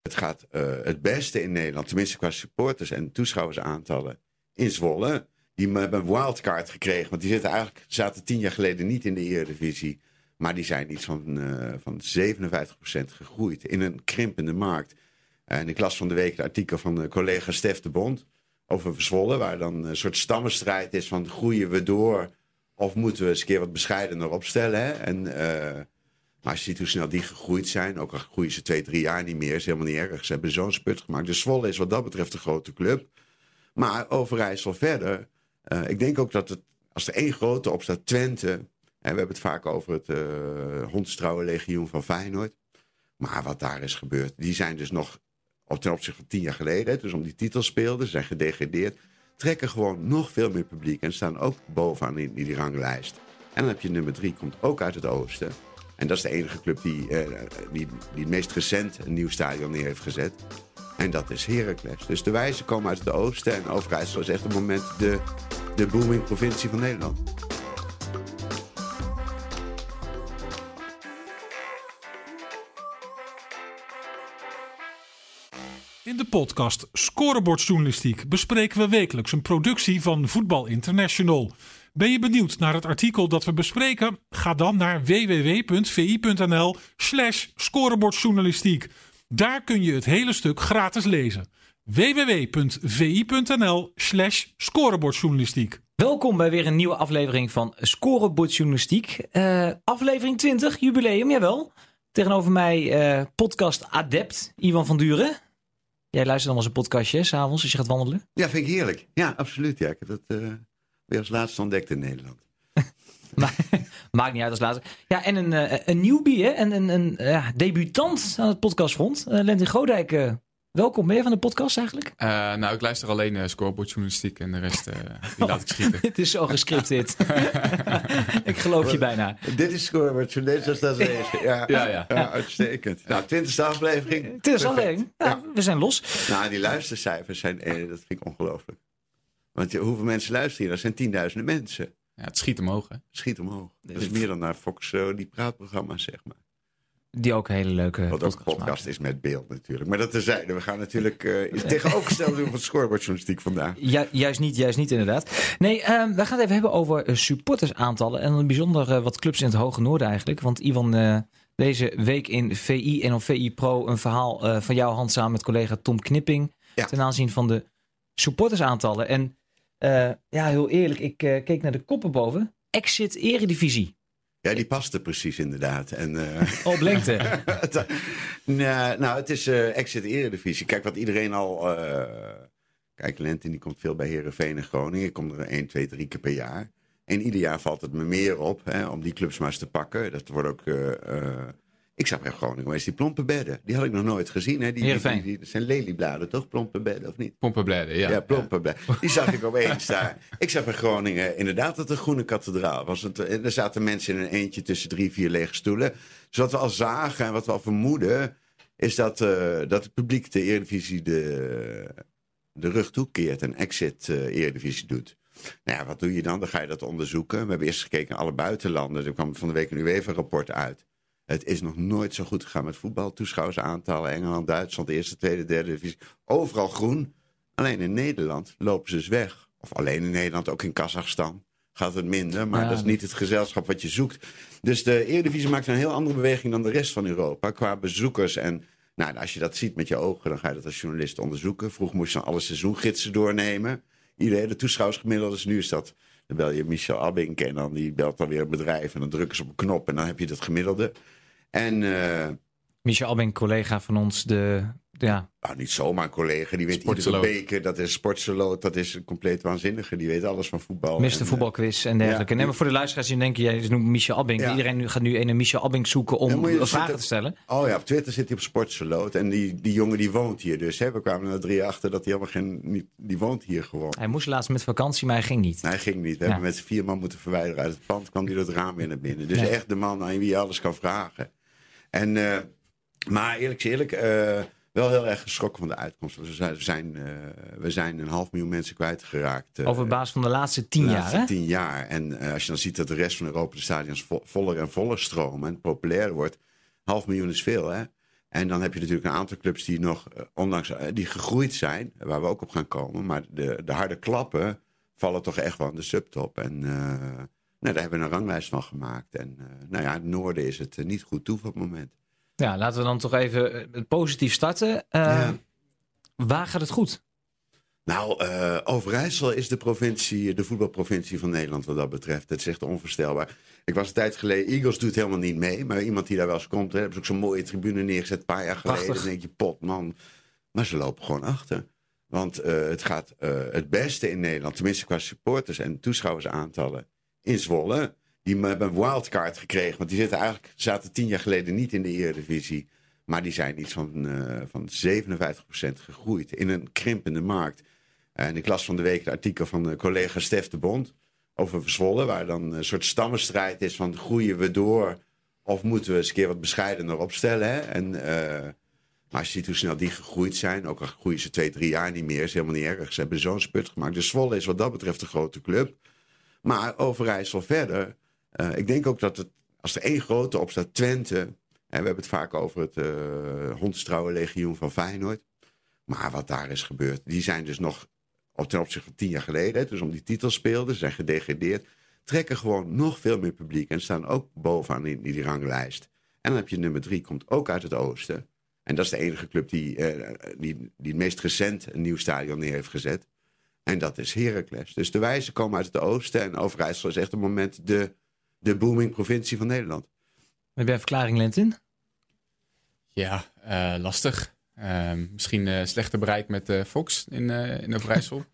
Het gaat het beste in Nederland, tenminste qua supporters en toeschouwersaantallen, in Zwolle. Die hebben een wildcard gekregen, want die zaten 10 jaar geleden niet in de Eredivisie. Maar die zijn iets van 57% gegroeid in een krimpende markt. En ik las van de week het artikel van de collega Stef de Bond over Zwolle, waar dan een soort stammenstrijd is van groeien we door of moeten we eens een keer wat bescheidener opstellen. Hè? Maar als je ziet hoe snel die gegroeid zijn, ook al groeien ze 2-3 jaar niet meer, is helemaal niet erg. Ze hebben zo'n spurt gemaakt. Dus Zwolle is wat dat betreft een grote club. Maar Overijssel verder, ik denk ook dat als er één grote opstaat, Twente, en we hebben het vaak over het hondstrouwenlegioen van Feyenoord. Maar wat daar is gebeurd, die zijn dus nog ten opzichte van 10 jaar geleden, dus om die titel speelden, ze zijn gedegradeerd, trekken gewoon nog veel meer publiek en staan ook bovenaan in die ranglijst. En dan heb je nummer 3, komt ook uit het oosten. En dat is de enige club die het meest recent een nieuw stadion neer heeft gezet. En dat is Heracles. Dus de wijzen komen uit het oosten en Overijssel is echt op het moment de booming provincie van Nederland. In de podcast Scorebordjournalistiek bespreken we wekelijks een productie van Voetbal International. Ben je benieuwd naar het artikel dat we bespreken? Ga dan naar www.vi.nl/scorebordjournalistiek. Daar kun je het hele stuk gratis lezen. www.vi.nl/scorebordjournalistiek. Welkom bij weer een nieuwe aflevering van Scorebordjournalistiek. Aflevering 20, jubileum, jawel. Tegenover mij podcast adept, Iwan van Duren. Jij luistert dan als een podcastje, 's avonds als je gaat wandelen. Ja, vind ik heerlijk. Ja, absoluut. Ja. Ik heb dat weer als laatste ontdekt in Nederland. Maakt niet uit als laatste. Ja, en een newbie, hè? En een debutant aan het podcastfront. Lentin Godijk, welkom. Ben je van de podcast eigenlijk? Ik luister alleen scorebordjournalistiek en de rest die laat ik schieten. Het is zo gescripteerd. Ik geloof je bijna. Dit is scorebordjournalistiek, dat is deze. Ja, uitstekend. Nou, 20e aflevering. 20e aflevering. Ja, we zijn los. Nou, die luistercijfers zijn, dat vind ik ongelooflijk. Want hoeveel mensen luisteren hier? Dat zijn 10.000 mensen. Ja, het schiet omhoog, hè? Schiet omhoog. Dat is meer dan naar Fox, die praatprogramma's, zeg maar. Die ook hele leuke wat ook een podcast is met beeld natuurlijk. Maar dat terzijde. We gaan natuurlijk tegenovergesteld doen van scorebordjournalistiek vandaag. Ja, juist niet inderdaad. Nee, we gaan het even hebben over supportersaantallen. En in bijzonder wat clubs in het Hoge Noorden eigenlijk. Want Ivan, deze week in VI en op VI Pro een verhaal van jouw hand samen met collega Tom Knipping. Ja. Ten aanzien van de supportersaantallen. En heel eerlijk, ik keek naar de koppen boven. Exit Eredivisie. Ja, die paste precies inderdaad. Op lengte. Het is Exit Eredivisie. Kijk, wat iedereen al... Kijk, Lentin die komt veel bij Heerenveen en Groningen. Ik kom er 1, 2, 3 keer per jaar. En ieder jaar valt het me meer op om die clubs maar eens te pakken. Dat wordt ook... ik zag bij Groningen eens die plompe bedden. Die had ik nog nooit gezien. Hè? Die zijn leliebladen, toch? Plompe bedden, of niet? Pompenbladen, ja. Ja, plompe bedden. Die zag ik opeens daar. Ik zag bij Groningen inderdaad dat het een groene kathedraal was. Er zaten mensen in een eentje tussen 3, 4 lege stoelen. Dus wat we al zagen en wat we al vermoeden... is dat het publiek de Eredivisie de rug toekeert en Exit Eredivisie doet. Nou ja, wat doe je dan? Dan ga je dat onderzoeken. We hebben eerst gekeken naar alle buitenlanden. Er kwam van de week een UEFA-rapport uit. Het is nog nooit zo goed gegaan met voetbal. Toeschouwersaantallen, Engeland, Duitsland, eerste, tweede, derde divisie. Overal groen. Alleen in Nederland lopen ze dus weg. Of alleen in Nederland, ook in Kazachstan gaat het minder. Maar dat is niet het gezelschap wat je zoekt. Dus de Eredivisie maakt een heel andere beweging dan de rest van Europa. Qua bezoekers. En als je dat ziet met je ogen, dan ga je dat als journalist onderzoeken. Vroeger moest je dan alle seizoengidsen doornemen. De toeschouwersgemiddeldes, nu is dat... Dan bel je Michel Abink en die belt dan weer een bedrijf. En dan drukken ze op een knop en dan heb je dat gemiddelde. Michel Abink, collega van ons, niet zomaar een collega. Die weet iedere beker. Dat is Sportseloot. Dat is een compleet waanzinnige. Die weet alles van voetbal. Mr. Voetbalquiz en dergelijke. Maar voor de luisteraars die denken, jij noemt Michel Abink. Ja. Iedereen gaat nu een Michel Abink zoeken om vragen te stellen. Oh ja, op Twitter zit hij op Sportseloot. En die jongen die woont hier dus. Hè. We kwamen er 3 achter dat hij helemaal die woont hier gewoon. Hij moest laatst met vakantie, maar hij ging niet. Nee, hij ging niet. We hebben met 4 man moeten verwijderen uit het pand. Kwam hij dat raam weer naar binnen. Dus echt de man aan wie je alles kan vragen. Maar eerlijk... wel heel erg geschrokken van de uitkomst. We zijn 500.000 mensen kwijtgeraakt. Over basis van de laatste 10 jaar, hè? 10 jaar. En als je dan ziet dat de rest van Europa de stadions voller en voller stromen en populairder wordt. 500.000 is veel, hè? En dan heb je natuurlijk een aantal clubs die nog, ondanks die gegroeid zijn, waar we ook op gaan komen. Maar de harde klappen vallen toch echt wel in de subtop. En daar hebben we een ranglijst van gemaakt. En het noorden is het niet goed toe op het moment. Ja, laten we dan toch even positief starten. Waar gaat het goed? Nou, Overijssel is de voetbalprovincie van Nederland wat dat betreft. Het is echt onvoorstelbaar. Ik was een tijd geleden, Eagles doet helemaal niet mee. Maar iemand die daar wel eens komt, hebben ze ook zo'n mooie tribune neergezet een paar jaar geleden. Prachtig. Dan denk je, pot man. Maar ze lopen gewoon achter. Want het gaat het beste in Nederland, tenminste qua supporters en toeschouwersaantallen, in Zwolle. Die hebben een wildcard gekregen, want die zaten 10 jaar geleden niet in de Eredivisie. Maar die zijn iets van 57% gegroeid in een krimpende markt. En ik las van de week het artikel van de collega Stef de Bond over Zwolle, waar dan een soort stammenstrijd is van groeien we door of moeten we eens een keer wat bescheidener opstellen. Hè? En, maar als je ziet hoe snel die gegroeid zijn, ook al groeien ze 2-3 jaar niet meer, is helemaal niet erg. Ze hebben zo'n spurt gemaakt. Dus Zwolle is wat dat betreft een grote club. Maar Overijssel verder, ik denk ook dat als er één grote op staat, Twente. En we hebben het vaak over het Hondstrouwenlegioen van Feyenoord. Maar wat daar is gebeurd, die zijn dus nog ten opzichte van 10 jaar geleden, dus om die titel speelden, ze zijn gedegradeerd, trekken gewoon nog veel meer publiek en staan ook bovenaan in die ranglijst. En dan heb je nummer 3, komt ook uit het oosten. En dat is de enige club die het meest recent een nieuw stadion neer heeft gezet. En dat is Heracles. Dus de wijzen komen uit het oosten en Overijssel is echt op het moment de booming provincie van Nederland. Heb jij een verklaring, Lentin? Ja, lastig. Misschien slechter bereik met Fox in Overijssel.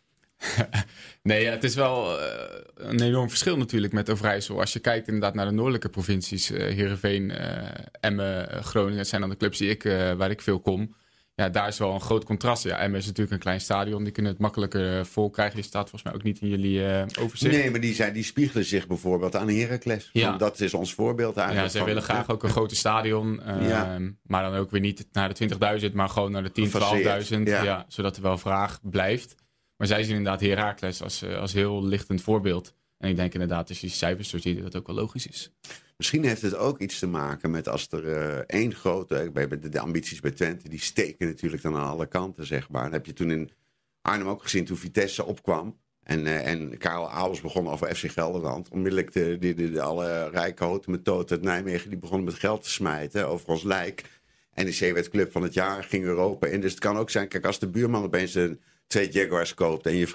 Nee, het is wel een enorm verschil natuurlijk met Overijssel. Als je kijkt inderdaad naar de noordelijke provincies, Heerenveen, Emmen, Groningen, dat zijn dan de clubs waar ik veel kom. Ja, daar is wel een groot contrast. Ja, Emmen is natuurlijk een klein stadion, die kunnen het makkelijker vol krijgen. Die staat volgens mij ook niet in jullie overzicht. Nee, maar die spiegelen zich bijvoorbeeld aan Heracles. Ja. Dat is ons voorbeeld eigenlijk. Ja, zij willen graag ook een grote stadion. Maar dan ook weer niet naar de 20.000, maar gewoon naar de 10.000, 12.000. Ja, zodat er wel vraag blijft. Maar zij zien inderdaad Heracles als heel lichtend voorbeeld. En ik denk inderdaad, als je die cijfers zo ziet, dat het ook wel logisch is. Misschien heeft het ook iets te maken met als er één grote... De ambities bij Twente, die steken natuurlijk dan aan alle kanten, zeg maar. Dat heb je toen in Arnhem ook gezien, toen Vitesse opkwam. En Karel Abels begon over FC Gelderland. Onmiddellijk alle rijke houten met Toot uit Nijmegen, die begonnen met geld te smijten over ons lijk. NEC werd club van het jaar, ging Europa in. Dus het kan ook zijn, kijk, als de buurman opeens 2 Jaguars koopt en je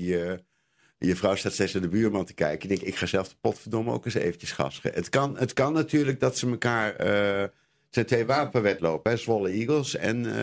vrouw staat steeds naar de buurman te kijken. Je denkt, ik ga zelf de potverdomme ook eens eventjes gas geven. Het kan natuurlijk dat ze elkaar... het zijn 2 wapenwedlopen, hè? Zwolle Eagles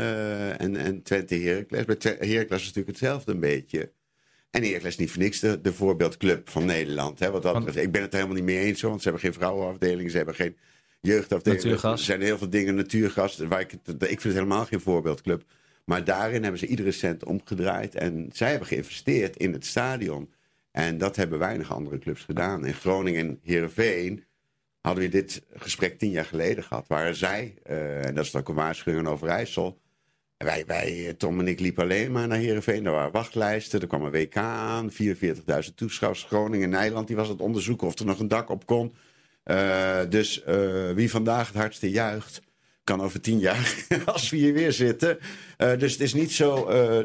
en Twente Heracles. Bij Heracles is natuurlijk hetzelfde een beetje. En Heracles is niet voor niks de voorbeeldclub van Nederland. Hè? Ik ben het er helemaal niet mee eens, want ze hebben geen vrouwenafdeling, ze hebben geen jeugdafdeling. Natuurgas. Er zijn heel veel dingen, natuurgas. Ik vind het helemaal geen voorbeeldclub. Maar daarin hebben ze iedere cent omgedraaid. En zij hebben geïnvesteerd in het stadion. En dat hebben weinig andere clubs gedaan. In Groningen en Heerenveen hadden we dit gesprek 10 jaar geleden gehad. Waar zij, en dat is ook een waarschuwing aan Overijssel. Wij, Tom en ik, liepen alleen maar naar Heerenveen. Er waren wachtlijsten, er kwam een WK aan. 44.000 toeschouwers. Groningen en Nijland, die was aan het onderzoeken of er nog een dak op kon. Dus wie vandaag het hardste juicht, kan over 10 jaar, als we hier weer zitten. Dus het is niet zo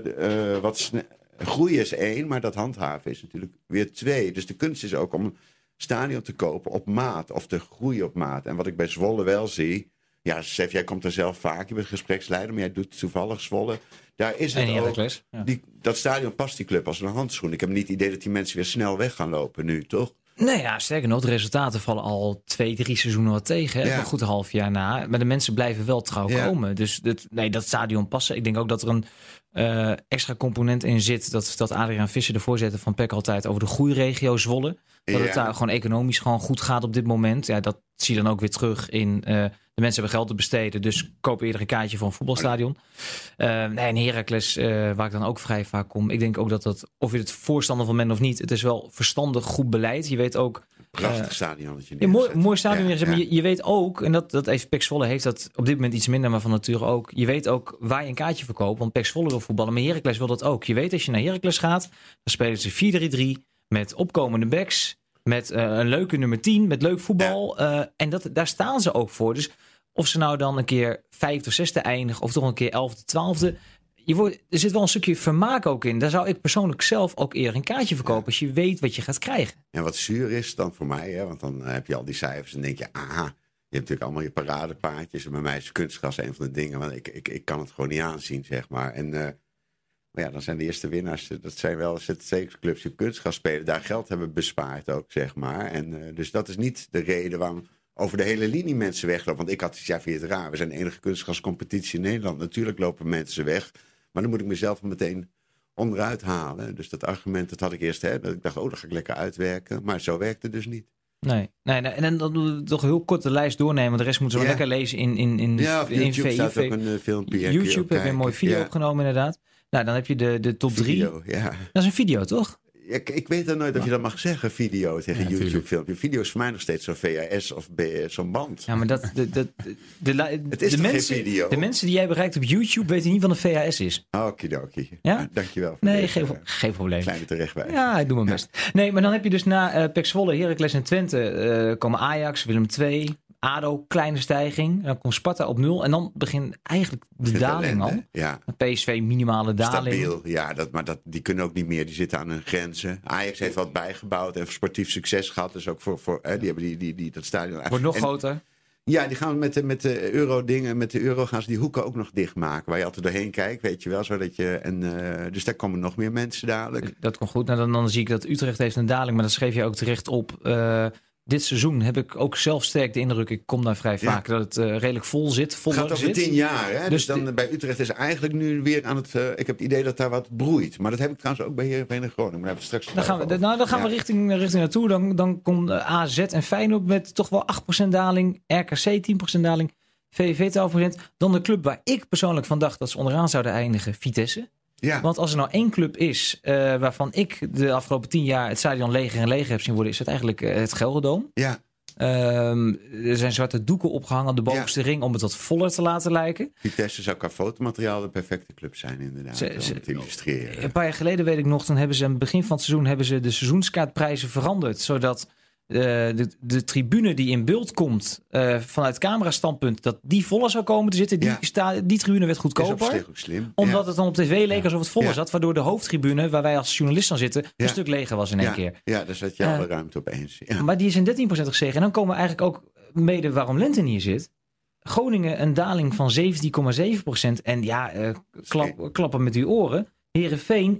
groeien is 1, maar dat handhaven is natuurlijk weer 2. Dus de kunst is ook om een stadion te kopen op maat of te groeien op maat. En wat ik bij Zwolle wel zie, ja, Stef, jij komt er zelf vaak, je bent gespreksleider, maar jij doet toevallig Zwolle. Daar is het Heracles, ook. Ja. Dat stadion past die club als een handschoen. Ik heb niet het idee dat die mensen weer snel weg gaan lopen nu, toch? Nee, ja, sterker nog, de resultaten vallen al 2-3 seizoenen wat tegen. Hè? Ja. Een goed half jaar na. Maar de mensen blijven wel trouw komen. Dus dat stadion passen. Ik denk ook dat er een extra component in zit. Dat Adriaan Visser, de voorzitter van PEC, altijd over de groeiregio Zwolle. Dat het daar gewoon economisch gewoon goed gaat op dit moment. Ja, dat zie je dan ook weer terug in... de mensen hebben geld te besteden, dus kopen eerder een kaartje voor een voetbalstadion. En Heracles, waar ik dan ook vrij vaak kom. Ik denk ook dat of je het voorstander van bent of niet, het is wel verstandig goed beleid. Je weet ook... Prachtig stadion dat je mooi stadion neerzet. Maar je weet ook, en dat heeft PEC Zwolle heeft dat op dit moment iets minder, maar van nature ook. Je weet ook waar je een kaartje verkoopt, want PEC Zwolle wil voetballen, maar Heracles wil dat ook. Je weet als je naar Heracles gaat, dan spelen ze 4-3-3 met opkomende backs, met een leuke nummer 10, met leuk voetbal. En daar staan ze ook voor. Dus Of ze nou dan een keer 5e of 6e eindigen of toch een keer 11e, 12e. Er zit wel een stukje vermaak ook in. Daar zou ik persoonlijk zelf ook eerder een kaartje verkopen als je weet wat je gaat krijgen. En wat zuur is dan voor mij, hè, want dan heb je al die cijfers en denk je, aha, je hebt natuurlijk allemaal je paradepaardjes. En bij mij is kunstgras een van de dingen, want ik kan het gewoon niet aanzien, zeg maar. En maar ja, dan zijn de eerste winnaars, dat zijn wel ZTC-clubs die op kunstgras spelen, daar geld hebben bespaard ook, zeg maar. En dus dat is niet de reden waarom over de hele linie mensen weglopen. Want ik had het, ja, vind je het raar, we zijn de enige kunstgrascompetitie in Nederland. Natuurlijk lopen mensen weg, maar dan moet ik mezelf meteen onderuit halen. Dus dat argument, dat had ik eerst, hè, dat ik dacht, dat ga ik lekker uitwerken. Maar zo werkt het dus niet. Nee. En dan doen we toch heel kort de lijst doornemen. De rest moeten we lekker lezen in op YouTube VI. staat ook een filmpje. YouTube heb je een mooie video opgenomen inderdaad. Nou, dan heb je de top 3. Video, ja. Dat is een video, toch? Ik weet dan nooit of je dat mag zeggen, video tegen YouTube-filmpje. Video is voor mij nog steeds zo'n VHS of zo'n band. Ja, maar het is geen video. De mensen die jij bereikt op YouTube weten niet wat een VHS is. Okidoki. Ja? Dankjewel. Nee, geen probleem. Kleine terechtwijzing. Ja, ik doe mijn best. Nee, maar dan heb je dus na PEC Zwolle, Heracles en Twente komen Ajax, Willem II, ADO, kleine stijging. Dan komt Sparta op 0 en dan begint eigenlijk de daling al. Ja. PSV minimale daling. Stabiel, ja, die kunnen ook niet meer. Die zitten aan hun grenzen. Ajax heeft wat bijgebouwd en sportief succes gehad. Dus ook voor die hebben dat stadion. Wordt nog groter. Ja, die gaan met de euro-dingen, met de euro gaan ze die hoeken ook nog dichtmaken. Waar je altijd doorheen kijkt, weet je wel. Zodat je, dus daar komen nog meer mensen dadelijk. Dat komt goed. Nou, dan zie ik dat Utrecht heeft een daling, maar dat schreef je ook terecht op. Dit seizoen heb ik ook zelf sterk de indruk, ik kom daar vrij vaak, dat het redelijk vol zit. Het gaat over 10 jaar. Hè? Dus dan bij Utrecht is eigenlijk nu weer aan het... ik heb het idee dat daar wat broeit. Maar dat heb ik trouwens ook bij Heerenveen en Groningen. Maar daar hebben we straks dan gaan we richting naartoe. Dan komt AZ en Feyenoord met toch wel 8% daling. RKC 10% daling. VVV 12%. Dan de club waar ik persoonlijk van dacht dat ze onderaan zouden eindigen. Vitesse. Ja. Want als er nou één club is waarvan ik de afgelopen 10 jaar het stadion leger en leger heb zien worden, is het eigenlijk het Gelderdoom. Ja. Er zijn zwarte doeken opgehangen aan de bovenste ring om het wat voller te laten lijken. Vitesse zou qua fotomateriaal de perfecte club zijn inderdaad. Om te illustreren. Een paar jaar geleden weet ik nog, dan hebben ze aan het begin van het seizoen de seizoenskaartprijzen veranderd. Zodat de tribune die in beeld komt vanuit camerastandpunt, dat die voller zou komen te zitten. Die tribune werd goedkoper. Is op zich slim. Omdat het dan op tv leek alsof het voller zat. Waardoor de hoofdtribune, waar wij als journalist aan zitten, een stuk leger was in één keer. Ja, daar zat je alle ruimte opeens. Ja. Maar die is in 13% gestegen. En dan komen we eigenlijk ook mede waarom Lenten hier zit. Groningen een daling van 17,7%. En klappen met uw oren. Heerenveen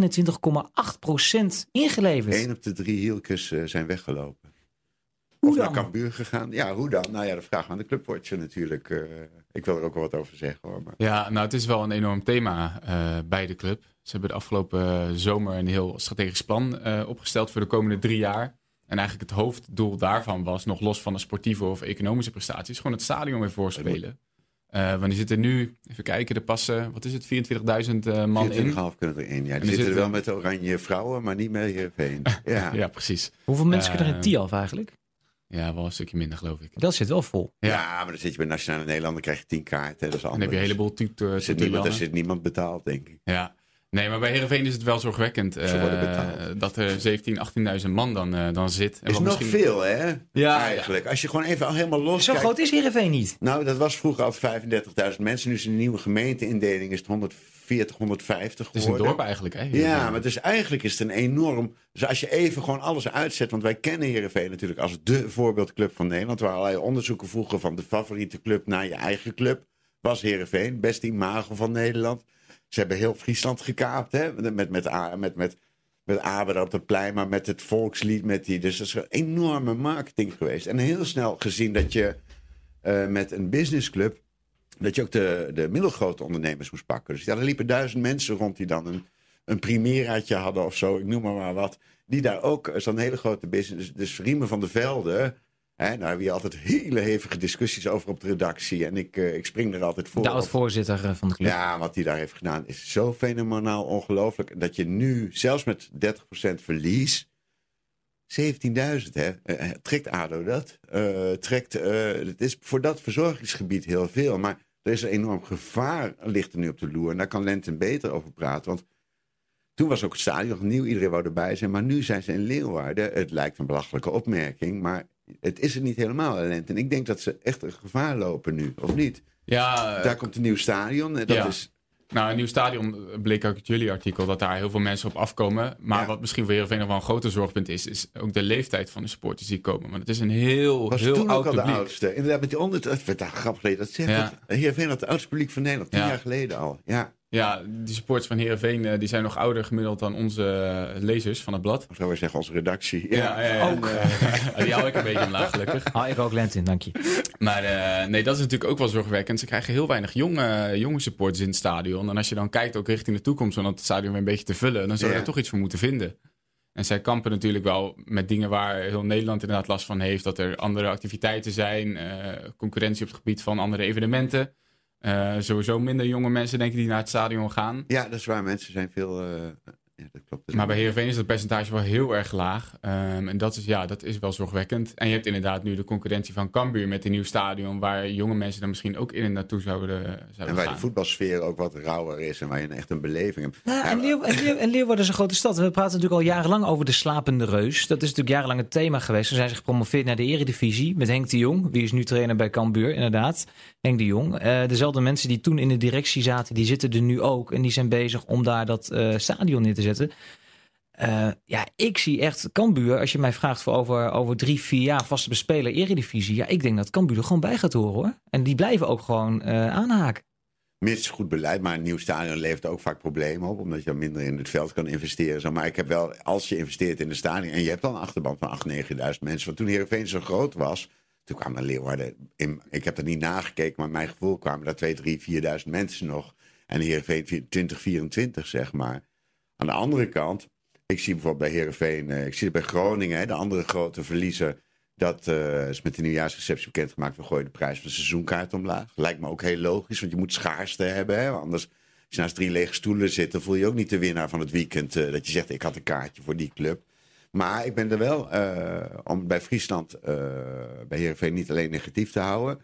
29,8% ingeleverd. 1 op de 3 Hielkes zijn weggelopen. Hoe of dan? naar Cambuur gegaan. Ja, hoe dan? Nou ja, de vraag aan de Clubwatcher natuurlijk. Ik wil er ook wel wat over zeggen hoor. Maar... Ja, nou het is wel een enorm thema bij de club. Ze hebben de afgelopen zomer een heel strategisch plan opgesteld voor de komende 3 jaar. En eigenlijk het hoofddoel daarvan was, nog los van de sportieve of economische prestaties, gewoon het stadion weer voorspelen. Want die zitten nu, even kijken, er passen, wat is het, 24.000 man in. 24,5 kunnen erin. Ja, die zitten er wel met de oranje vrouwen, maar niet met Heerenveen. Ja. Ja, precies. Hoeveel mensen kunnen er in Tialf eigenlijk? Ja, wel een stukje minder geloof ik. Dat zit wel vol. Ja, maar dan zit je bij Nationale Nederland, dan krijg je 10 kaarten. Dat is en dan heb je een heleboel er zit niemand betaald, denk ik. Ja. Nee, maar bij Heerenveen is het wel zorgwekkend dat er 17.000, 18.000 man dan zit. Is nog veel, hè? Ja, eigenlijk. Ja. Als je gewoon even al helemaal los Zo kijkt. groot is Heerenveen niet. Nou, dat was vroeger al 35.000 mensen. Nu is een nieuwe gemeenteindeling is het 140, 150 geworden. Het is een dorp eigenlijk, hè? Ja, maar dus eigenlijk is het een enorm... Dus als je even gewoon alles uitzet... Want wij kennen Heerenveen natuurlijk als de voorbeeldclub van Nederland. Waar allerlei onderzoeken vroegen van de favoriete club naar je eigen club. Was Heerenveen, beste imago van Nederland. Ze hebben heel Friesland gekaapt, hè? Met Aber op het plein, maar met het volkslied. Dus dat is een enorme marketing geweest. En heel snel gezien dat je met een businessclub... dat je ook de middelgrote ondernemers moest pakken. Dus er liepen 1000 mensen rond die dan een primeraatje hadden of zo. Ik noem maar wat. Die daar ook zo'n hele grote business... Dus Riemen van der Velde... Daar hebben we altijd hele hevige discussies over op de redactie. En ik spring er altijd voor. De oud-voorzitter van de club. Ja, wat hij daar heeft gedaan is zo fenomenaal ongelooflijk. Dat je nu, zelfs met 30% verlies... 17.000, hè? Trekt ADO dat? Het is voor dat verzorgingsgebied heel veel. Maar er is een enorm gevaar, ligt er nu op de loer. En daar kan Lenten beter over praten. Want toen was ook het stadion nog nieuw. Iedereen wou erbij zijn. Maar nu zijn ze in Leeuwarden. Het lijkt een belachelijke opmerking. Maar het is er niet helemaal, Lent. En ik denk dat ze echt een gevaar lopen nu, of niet? Ja, Daar komt een nieuw stadion. En dat is... Nou, een nieuw stadion bleek ook uit jullie artikel dat daar heel veel mensen op afkomen. Maar wat misschien voor Heerenveen nog wel een groter zorgpunt is ook de leeftijd van de supporters die komen. Want het is een heel toen oud ook al publiek. de oudste. Inderdaad, met die het werd daar grappig geleden. Dat zegt Heerenveen had het oudste publiek van Nederland, 10 jaar geleden al. Ja, die supporters van Heerenveen die zijn nog ouder gemiddeld dan onze lezers van het blad. Of zou we zeggen, onze redactie. Ook. Die hou ik een beetje omlaag, gelukkig. Hou ik ook Lentin, dank je. Maar nee, dat is natuurlijk ook wel zorgwekkend. Ze krijgen heel weinig jonge supporters in het stadion. En als je dan kijkt ook richting de toekomst, om het stadion weer een beetje te vullen, dan zou je er toch iets voor moeten vinden. En zij kampen natuurlijk wel met dingen waar heel Nederland inderdaad last van heeft. Dat er andere activiteiten zijn, concurrentie op het gebied van andere evenementen. Sowieso minder jonge mensen, denk ik, die naar het stadion gaan. Ja, dat is waar. Mensen zijn veel... dat klopt. Maar bij Heerenveen is dat percentage wel heel erg laag. En dat is wel zorgwekkend. En je hebt inderdaad nu de concurrentie van Cambuur met een nieuw stadion, waar jonge mensen dan misschien ook in en naartoe zouden gaan. En waar de voetbalsfeer ook wat rauwer is en waar je echt een beleving hebt. Nou, en Leeuwarden is een grote stad. We praten natuurlijk al jarenlang over de slapende reus. Dat is natuurlijk jarenlang het thema geweest. Ze zijn zich gepromoveerd naar de Eredivisie met Henk de Jong. Wie is nu trainer bij Cambuur, inderdaad. Henk de Jong. Dezelfde mensen die toen in de directie zaten, die zitten er nu ook. En die zijn bezig om daar dat stadion neer te zetten. Ik zie echt Cambuur, als je mij vraagt voor over 3-4 jaar vaste bespeler Eredivisie. Ja, ik denk dat Cambuur er gewoon bij gaat horen, hoor. En die blijven ook gewoon aanhaken. Mits goed beleid, maar een nieuw stadion levert ook vaak problemen op, omdat je dan minder in het veld kan investeren. Zo. Maar ik heb wel, als je investeert in de stadion en je hebt al een achterban van 8.000, 9.000 mensen. Want toen Heerenveen zo groot was, toen kwamen Leeuwarden, ik heb dat niet nagekeken, maar mijn gevoel kwamen daar 2.000, 3.000, 4.000 mensen nog. En Heerenveen 2024, zeg maar. Aan de andere kant, ik zie bijvoorbeeld bij Heerenveen, ik zie het bij Groningen, de andere grote verliezer. Dat is met de nieuwjaarsreceptie bekendgemaakt. We gooien de prijs van de seizoenkaart omlaag. Lijkt me ook heel logisch, want je moet schaarste hebben. Hè? Anders, als je naast 3 lege stoelen zit, dan voel je ook niet de winnaar van het weekend. Dat je zegt, ik had een kaartje voor die club. Maar ik ben er wel, om bij Friesland, bij Heerenveen niet alleen negatief te houden.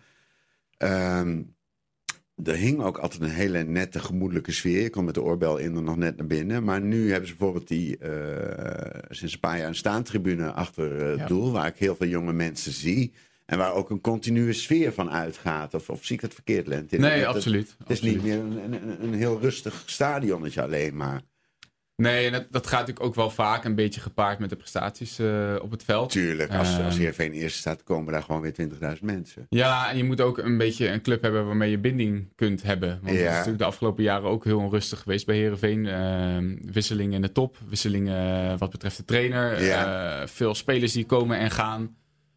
Er hing ook altijd een hele nette, gemoedelijke sfeer. Je kon met de oorbel in er nog net naar binnen. Maar nu hebben ze bijvoorbeeld sinds een paar jaar een staantribune achter het doel. Waar ik heel veel jonge mensen zie. En waar ook een continue sfeer van uitgaat. Of zie ik het verkeerd, Lent? Nee, absoluut. Het is niet meer een heel rustig stadionnetje alleen maar. Nee, en dat gaat natuurlijk ook wel vaak een beetje gepaard met de prestaties op het veld. Tuurlijk, als Heerenveen eerst staat, komen daar gewoon weer 20.000 mensen. Ja, en je moet ook een beetje een club hebben waarmee je binding kunt hebben. Want het is natuurlijk de afgelopen jaren ook heel onrustig geweest bij Heerenveen. Wisselingen in de top, wisselingen wat betreft de trainer. Veel spelers die komen en gaan.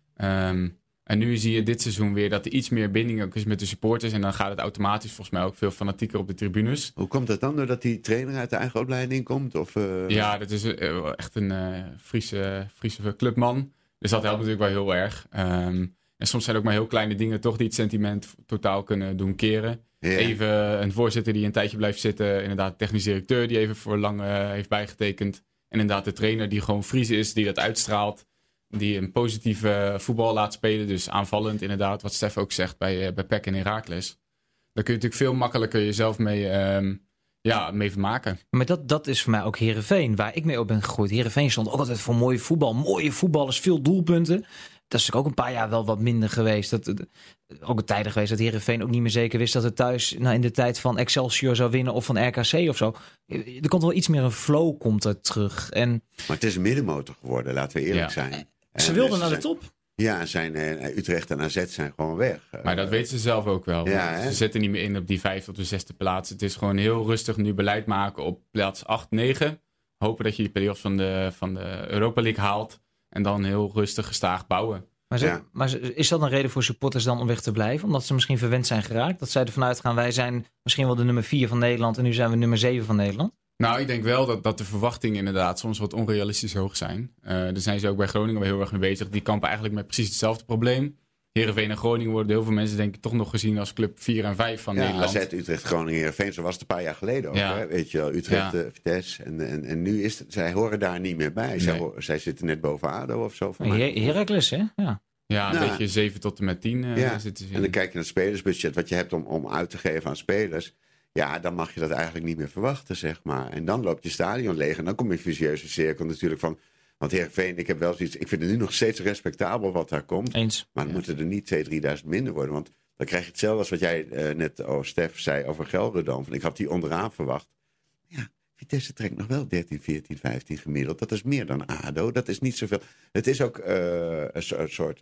En nu zie je dit seizoen weer dat er iets meer binding ook is met de supporters. En dan gaat het automatisch volgens mij ook veel fanatieker op de tribunes. Hoe komt dat dan? Doordat die trainer uit de eigen opleiding komt? Of, Ja, dat is echt een Friese clubman. Dus dat helpt natuurlijk wel heel erg. En soms zijn het ook maar heel kleine dingen toch die het sentiment totaal kunnen doen keren. Ja. Even een voorzitter die een tijdje blijft zitten. Inderdaad, de technisch directeur die even voor lang heeft bijgetekend. En inderdaad de trainer die gewoon Fries is, die dat uitstraalt. Die een positieve voetbal laat spelen. Dus aanvallend inderdaad, wat Stef ook zegt bij PEC en Heracles. Daar kun je natuurlijk veel makkelijker jezelf mee vermaken. Maar dat is voor mij ook Heerenveen, waar ik mee op ben gegroeid. Heerenveen stond ook altijd voor mooie voetbal. Mooie voetballers, veel doelpunten. Dat is natuurlijk ook een paar jaar wel wat minder geweest. Ook een tijden geweest dat Heerenveen ook niet meer zeker wist dat het thuis in de tijd van Excelsior zou winnen of van RKC of zo. Er komt wel iets meer een flow komt er terug. Maar het is een middenmotor geworden, laten we eerlijk zijn. Ze wilden naar de top. Ja, Utrecht en AZ zijn gewoon weg. Maar dat weten ze zelf ook wel. Ze zetten niet meer in op die 5e tot de 6e plaats. Het is gewoon heel rustig nu beleid maken op plaats 8, 9. Hopen dat je die play-offs van de Europa League haalt. En dan heel rustig gestaag bouwen. Maar is dat een reden voor supporters dan om weg te blijven? Omdat ze misschien verwend zijn geraakt? Dat zij ervan uitgaan, wij zijn misschien wel de nummer 4 van Nederland en nu zijn we nummer 7 van Nederland? Nou, ik denk wel dat de verwachtingen inderdaad soms wat onrealistisch hoog zijn. Daar zijn ze ook bij Groningen wel heel erg mee bezig. Die kampen eigenlijk met precies hetzelfde probleem. Heerenveen en Groningen worden heel veel mensen denk ik toch nog gezien als club 4 en 5 van Nederland. AZ, Utrecht, Groningen, Heerenveen, zo was het een paar jaar geleden ook. Hè? Weet je wel, Utrecht, Vitesse. En nu is het, zij horen daar niet meer bij. Zij zitten net boven ADO of zo. Heracles, hè? Ja, een beetje 7 tot en met 10 zitten ze in. En dan kijk je naar het spelersbudget, wat je hebt om uit te geven aan spelers. Ja, dan mag je dat eigenlijk niet meer verwachten, zeg maar. En dan loopt je stadion leeg. En dan kom je in een vicieuze cirkel natuurlijk van... Want Heerenveen, ik heb wel zoiets... Ik vind het nu nog steeds respectabel wat daar komt. Eens. Maar dan moeten er niet 2.000-3.000 minder worden. Want dan krijg je hetzelfde als wat jij net, Stef, zei over Gelderdoom. Ik had die onderaan verwacht. Ja, Vitesse trekt nog wel 13, 14, 15 gemiddeld. Dat is meer dan ADO. Dat is niet zoveel. Het is ook een soort...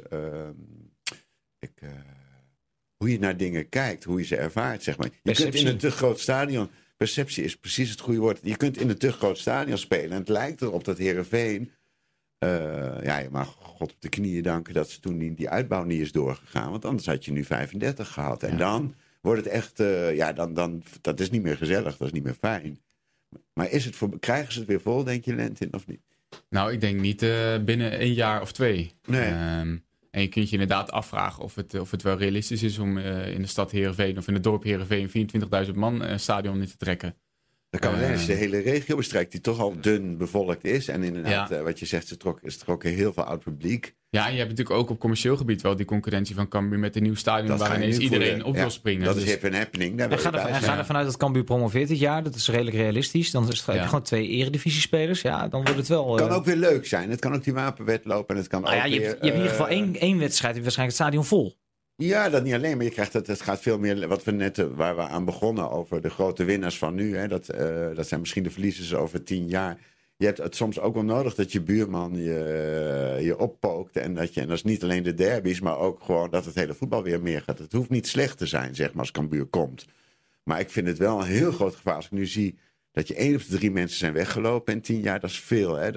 hoe je naar dingen kijkt, hoe je ze ervaart, zeg maar. Je kunt in een te groot stadion... Perceptie is precies het goede woord. Je kunt in een te groot stadion spelen. En het lijkt erop dat Heerenveen... je mag God op de knieën danken dat ze toen die uitbouw niet is doorgegaan. Want anders had je nu 35 gehad. En dan wordt het echt... dat is niet meer gezellig, dat is niet meer fijn. Maar krijgen ze het weer vol, denk je, Lentin, of niet? Nou, ik denk niet binnen 1 jaar of 2. Nee. En je kunt je inderdaad afvragen of het wel realistisch is om in de stad Heerenveen of in het dorp Heerenveen 24.000 man een stadion in te trekken. Dat kan alleen als je de hele regio bestrijkt die toch al dun bevolkt is. En inderdaad, wat je zegt, is er ook heel veel oud publiek. Ja, en je hebt natuurlijk ook op commercieel gebied wel die concurrentie van Cambuur met een nieuw stadion waar ineens iedereen op wil springen. Dat is hip en happening. Ga ervan uit dat Cambuur promoveert dit jaar. Dat is redelijk realistisch. Dan heb je gewoon 2 eredivisiespelers. Ja, dan wordt het wel... Het kan ook weer leuk zijn. Het kan ook die wapenwedloop en het kan ook je hebt in ieder geval één wedstrijd. Waarschijnlijk het stadion vol. Ja, dat niet alleen, maar je krijgt het gaat veel meer, wat we net, waar we aan begonnen, over de grote winnaars van nu. Hè, dat zijn misschien de verliezers over 10 jaar. Je hebt het soms ook wel nodig dat je buurman je oppookt. En dat is niet alleen de derbies, maar ook gewoon dat het hele voetbal weer meer gaat. Het hoeft niet slecht te zijn, zeg maar, als Cambuur komt. Maar ik vind het wel een heel groot gevaar als ik nu zie dat je 1 op de 3 mensen zijn weggelopen in 10 jaar. Dat is veel, hè.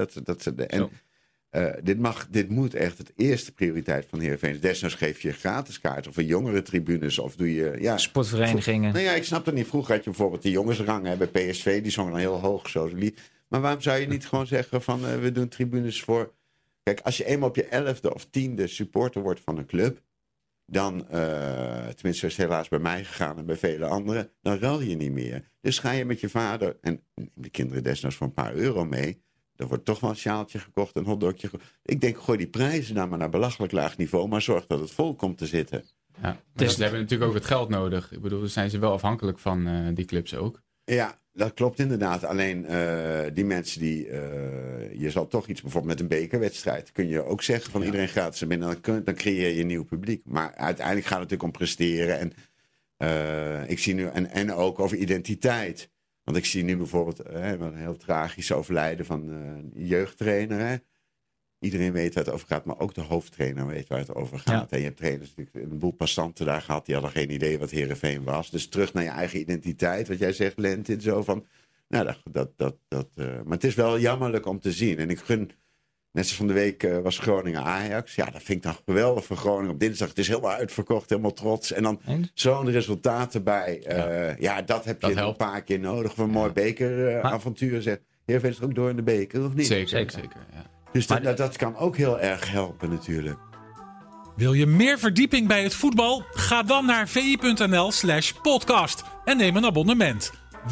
Dit moet echt het eerste prioriteit van Heerenveen. Desnoods geef je gratis kaart of een jongerentribunes of doe je... Ja, sportverenigingen. Nou ja, ik snap het niet. Vroeger had je bijvoorbeeld de jongensrang bij PSV. Die zongen dan heel hoog zo. Maar waarom zou je niet gewoon zeggen van we doen tribunes voor... Kijk, als je eenmaal op je 11e of 10e supporter wordt van een club... dan, tenminste is het helaas bij mij gegaan en bij vele anderen... dan ruil je niet meer. Dus ga je met je vader en de kinderen desnoods voor een paar euro mee... Er wordt toch wel een sjaaltje gekocht, een hotdogje. Ik denk, gooi die prijzen nou maar naar belachelijk laag niveau... maar zorg dat het vol komt te zitten. Ja, dus ze hebben natuurlijk ook het geld nodig. Ik bedoel, daar zijn ze wel afhankelijk van die clubs ook. Ja, dat klopt inderdaad. Alleen die mensen die... je zal toch iets, bijvoorbeeld met een bekerwedstrijd... kun je ook zeggen van iedereen gratis er binnen... dan creëer je een nieuw publiek. Maar uiteindelijk gaat het natuurlijk om presteren. En ik zie nu... En ook over identiteit... Want ik zie nu bijvoorbeeld een heel tragisch overlijden van een jeugdtrainer. Hè. Iedereen weet waar het over gaat, maar ook de hoofdtrainer weet waar het over gaat. Ja. En je hebt trainers natuurlijk een boel passanten daar gehad. Die hadden geen idee wat Heerenveen was. Dus terug naar je eigen identiteit. Wat jij zegt, Lentin, zo van... Nou, maar het is wel jammerlijk om te zien. En ik gun... Net zoals van de week was Groningen-Ajax. Ja, dat vind ik dan geweldig voor Groningen op dinsdag. Het is helemaal uitverkocht, helemaal trots. En dan zo'n resultaat erbij. Dat heb je een paar keer nodig. Voor een mooi bekeravontuur. Heerenveen is er ook door in de beker, of niet? Zeker. Ja. Dus dat kan ook heel erg helpen natuurlijk. Wil je meer verdieping bij het voetbal? Ga dan naar vi.nl/podcast en neem een abonnement.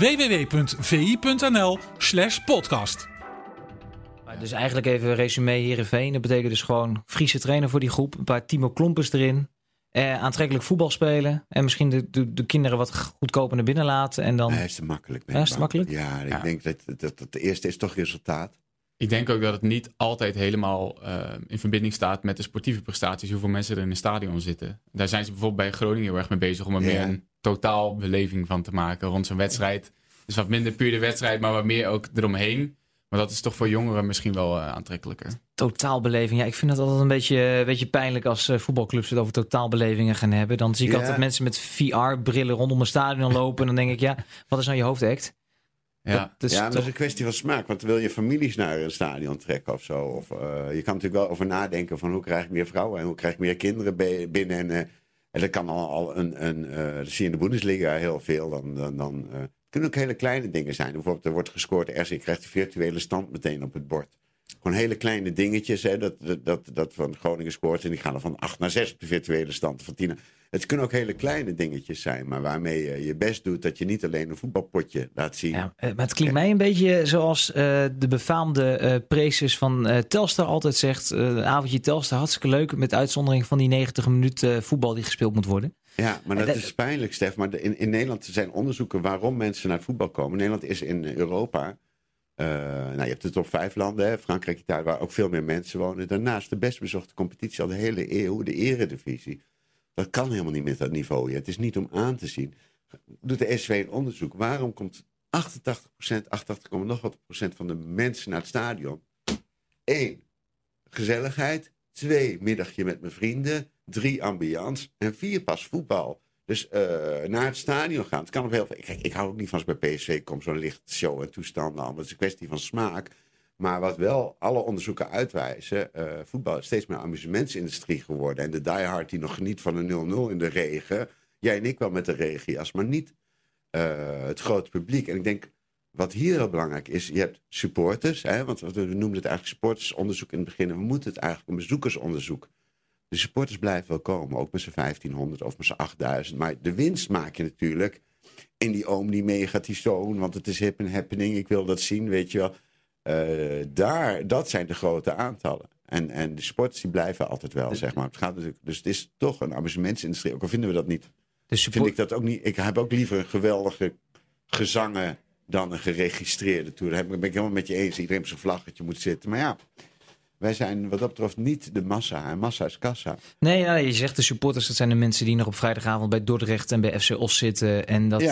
www.vi.nl/podcast. Dus eigenlijk even een resume Heerenveen. Dat betekent dus gewoon Friese trainer voor die groep. Een paar Timo Klompers erin. Aantrekkelijk voetbal spelen. En misschien de kinderen wat goedkoper naar binnen laten. En dan... Nee, is te makkelijk. Ja, is te makkelijk? Ja, ik denk dat het eerste is toch resultaat. Ik denk ook dat het niet altijd helemaal in verbinding staat met de sportieve prestaties. Hoeveel mensen er in een stadion zitten. Daar zijn ze bijvoorbeeld bij Groningen heel erg mee bezig. Om er meer een totaalbeleving van te maken rond zo'n wedstrijd. Dus wat minder puur de wedstrijd, maar wat meer ook eromheen. Maar dat is toch voor jongeren misschien wel aantrekkelijker. Totaalbeleving. Ja, ik vind het altijd een beetje pijnlijk als voetbalclubs het over totaalbelevingen gaan hebben. Dan zie ik altijd mensen met VR-brillen rondom een stadion lopen. En dan denk ik, wat is nou je hoofdact? Ja, dat is een kwestie van smaak. Want wil je families naar een stadion trekken of zo? Of, je kan natuurlijk wel over nadenken van hoe krijg ik meer vrouwen en hoe krijg ik meer kinderen binnen. En dat kan dat zie je in de Bundesliga heel veel. Dan kunnen ook hele kleine dingen zijn. Bijvoorbeeld er wordt gescoord ergens, je krijgt de virtuele stand meteen op het bord. Gewoon hele kleine dingetjes. Hè, dat van Groningen scoort en die gaan dan van 8 naar 6 op de virtuele stand. Van 10. Het kunnen ook hele kleine dingetjes zijn. Maar waarmee je je best doet dat je niet alleen een voetbalpotje laat zien. Ja, maar het klinkt mij een beetje zoals de befaamde prezes van Telstar altijd zegt. Avondje Telstar, hartstikke leuk. Met uitzondering van die 90 minuten voetbal die gespeeld moet worden. Ja, maar dat is pijnlijk, Stef. Maar in Nederland zijn onderzoeken waarom mensen naar het voetbal komen. Nederland is in Europa Je hebt de top 5 landen, hè? Frankrijk, Italië, waar ook veel meer mensen wonen. Daarnaast de best bezochte competitie al de hele eeuw, de Eredivisie. Dat kan helemaal niet met dat niveau. Het is niet om aan te zien. Doet de SW een onderzoek. Waarom komt 88,% van de mensen naar het stadion? 1. Gezelligheid. 2. Middagje met mijn vrienden. 3. Ambiance. En 4. Pas voetbal. Dus naar het stadion gaan. Het kan op heel veel. Kijk, ik hou ook niet van als bij PSV komt zo'n lichtshow en toestanden. Dat is een kwestie van smaak. Maar wat wel alle onderzoeken uitwijzen, voetbal is steeds meer een amusementsindustrie geworden. En de diehard die nog geniet van een 0-0 in de regen. Jij en ik wel met de regenjas, maar niet het grote publiek. En ik denk, wat hier heel belangrijk is, je hebt supporters. Hè, want we noemden het eigenlijk supportersonderzoek in het begin. En we moeten het eigenlijk een bezoekersonderzoek. De supporters blijven wel komen, ook met z'n 1500 of met z'n 8000. Maar de winst maak je natuurlijk in die oom die meegaat, die zoon. Want het is hip en happening, ik wil dat zien, weet je wel. Dat zijn de grote aantallen. En de sporters die blijven altijd wel, zeg maar. Het gaat natuurlijk, dus het is toch een amusementsindustrie. Ook al vinden we dat niet. Vind ik dat ook niet. Ik heb ook liever geweldige gezangen dan een geregistreerde tour. Daar ben ik helemaal met je eens. Iedereen op zijn vlaggetje moet zitten. Maar ja, wij zijn wat dat betreft niet de massa. En massa is kassa. Nee, je zegt de supporters, dat zijn de mensen die nog op vrijdagavond bij Dordrecht en bij FC Os zitten. En dat die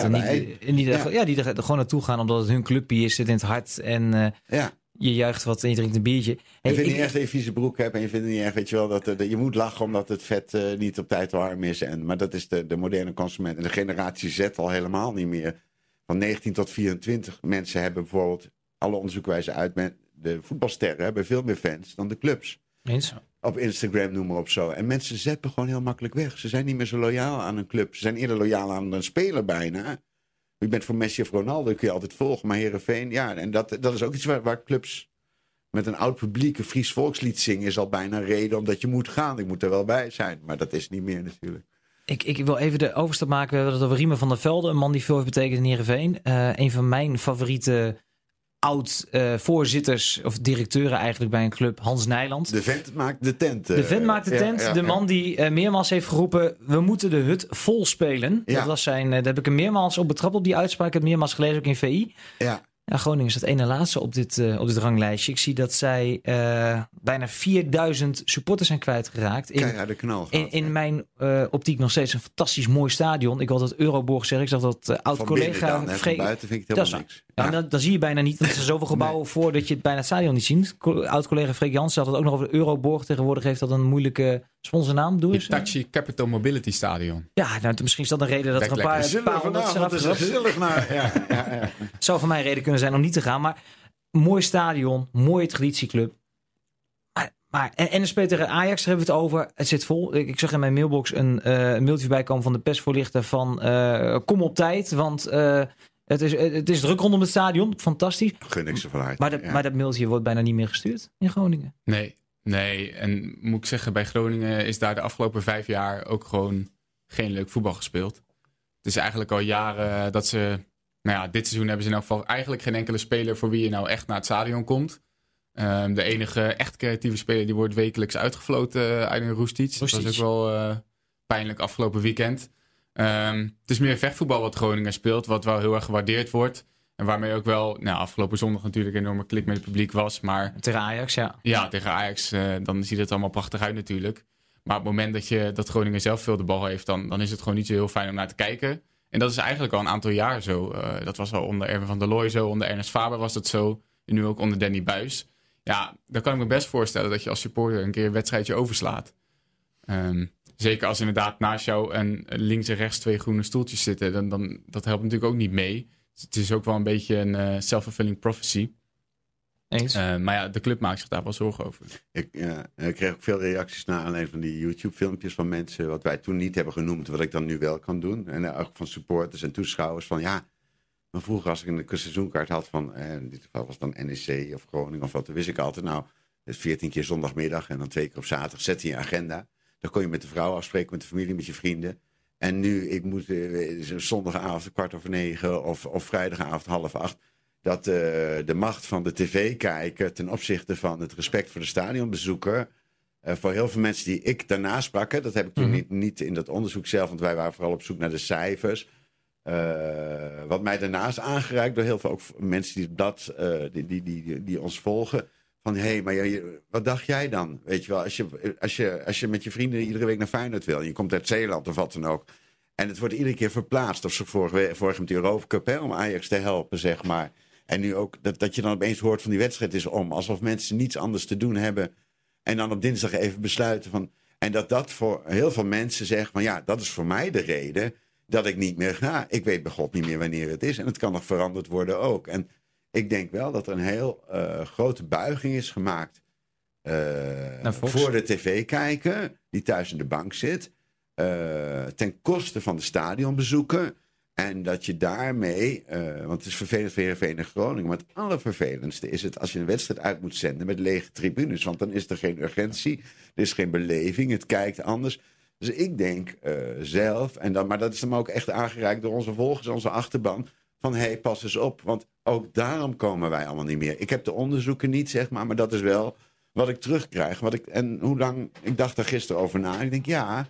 er gewoon naartoe gaan omdat het hun clubje is, zit in het hart. En je juicht wat en je drinkt een biertje. Je vindt niet echt dat je vieze broek hebt. En je vindt niet echt, weet je wel, dat je moet lachen omdat het vet niet op tijd warm is. Maar dat is de moderne consument. En de generatie Z al helemaal niet meer. Van 19 tot 24 mensen hebben bijvoorbeeld, alle onderzoeken wijzen uit, de voetbalsterren hebben veel meer fans dan de clubs. Eens. Op Instagram, noem maar op zo. En mensen zeppen gewoon heel makkelijk weg. Ze zijn niet meer zo loyaal aan een club. Ze zijn eerder loyaal aan een speler bijna. Je bent voor Messi of Ronaldo, kun je altijd volgen. Maar Heerenveen, ja. En dat is ook iets waar clubs met een oud publiek een Fries volkslied zingen is al bijna een reden omdat je moet gaan. Ik moet er wel bij zijn. Maar dat is niet meer natuurlijk. Ik wil even de overstap maken. We hebben het over Riemer van der Velde. Een man die veel heeft betekend in Heerenveen. Een van mijn favoriete oud-voorzitters of directeuren eigenlijk bij een club, Hans Nijland. De vent maakt de tent. De vent maakt de tent. De man die meermaals heeft geroepen, we moeten de hut vol spelen. Ja. Dat was zijn, daar heb ik hem meermaals op betrapt op die uitspraak. Ik heb het meermaals gelezen, ook in VI. Ja. Ja, Groningen is het ene laatste op dit ranglijstje. Ik zie dat zij bijna 4000 supporters zijn kwijtgeraakt. Keiharde knal gehad, in mijn optiek nog steeds een fantastisch mooi stadion. Ik wil dat Euroborg zeggen. Ik zag dat oud-collega... Van buiten vind ik het helemaal niks. Ja. Dan zie je bijna niet, want er zijn zoveel gebouwen voor dat je het bijna het stadion niet ziet. Oud-collega Freek Jansen had het ook nog over de Euroborg. Tegenwoordig heeft dat een moeilijke sponsornaam. Hitachi Capital Mobility Stadion. Ja, nou, misschien is dat een reden dat er een paar honderd zijn afgetrapt. Zou voor mij een reden kunnen zijn om niet te gaan. Maar mooi stadion, mooie traditieclub. En dan speelt tegen Ajax, daar hebben we het over. Het zit vol. Ik zag in mijn mailbox een mailtje voorbij komen van de persvoorlichter van kom op tijd, want het is druk rondom het stadion. Fantastisch. Gun ik ze van harte. Maar dat mailtje wordt bijna niet meer gestuurd in Groningen. Nee. En moet ik zeggen, bij Groningen is daar de afgelopen 5 jaar ook gewoon geen leuk voetbal gespeeld. Het is eigenlijk al jaren dat ze... Nou ja, dit seizoen hebben ze in elk geval eigenlijk geen enkele speler voor wie je nou echt naar het stadion komt. De enige echt creatieve speler die wordt wekelijks uitgefloten uit een Roestic. Dat was ook wel pijnlijk afgelopen weekend. Het is meer vechtvoetbal wat Groningen speelt, wat wel heel erg gewaardeerd wordt. En waarmee ook wel afgelopen zondag natuurlijk een enorme klik met het publiek was. Maar tegen Ajax, ja. Ja, tegen Ajax, dan ziet het allemaal prachtig uit natuurlijk. Maar op het moment dat Groningen zelf veel de bal heeft, dan is het gewoon niet zo heel fijn om naar te kijken. En dat is eigenlijk al een aantal jaar zo. Dat was al onder Erwin van der Looy zo, onder Ernest Faber was dat zo. En nu ook onder Danny Buijs. Ja, dan kan ik me best voorstellen dat je als supporter een keer een wedstrijdje overslaat. Zeker als inderdaad naast jou en links en rechts 2 groene stoeltjes zitten. Dan dat helpt natuurlijk ook niet mee. Het is ook wel een beetje een self-fulfilling prophecy. Eens. Maar ja, de club maakt zich daar wel zorgen over. Ik kreeg ook veel reacties naar alleen van die YouTube-filmpjes van mensen, wat wij toen niet hebben genoemd, wat ik dan nu wel kan doen. En ook van supporters en toeschouwers van ja, maar vroeger als ik een seizoenkaart had van, in dit geval was het dan NEC of Groningen of wat, dan wist ik altijd nou, het is 14 keer zondagmiddag en dan 2 keer op zaterdag, zet je agenda. Dan kon je met de vrouw afspreken, met de familie, met je vrienden. En nu, ik moet zondagavond 9:15 of vrijdagavond 7:30... dat de macht van de tv-kijker ten opzichte van het respect voor de stadionbezoeker, voor heel veel mensen die ik daarna sprak, dat heb ik toen niet in dat onderzoek zelf, want wij waren vooral op zoek naar de cijfers. Wat mij daarnaast aangereikt door heel veel ook mensen die ons volgen. Van maar wat dacht jij dan? Weet je wel, als je met je vrienden iedere week naar Feyenoord wil. En je komt uit Zeeland of wat dan ook. En het wordt iedere keer verplaatst. Of ze vorige met de Europa Cup, om Ajax te helpen, zeg maar. En nu ook dat je dan opeens hoort van die wedstrijd is om. Alsof mensen niets anders te doen hebben. En dan op dinsdag even besluiten van. En dat voor heel veel mensen zegt van dat is voor mij de reden dat ik niet meer ga. Ik weet bij God niet meer wanneer het is. En het kan nog veranderd worden ook. En ik denk wel dat er een heel grote buiging is gemaakt voor de tv-kijker die thuis in de bank zit. Ten koste van de stadionbezoeken. En dat je daarmee, want het is vervelend voor Heerenveen en Groningen, maar het allervervelendste is het als je een wedstrijd uit moet zenden met lege tribunes. Want dan is er geen urgentie, er is geen beleving, het kijkt anders. Dus ik denk zelf, maar dat is dan ook echt aangereikt door onze volgers, onze achterban, van pas eens op, want ook daarom komen wij allemaal niet meer. Ik heb de onderzoeken niet, zeg maar dat is wel wat ik terugkrijg. En hoe lang, ik dacht daar gisteren over na. Ik denk,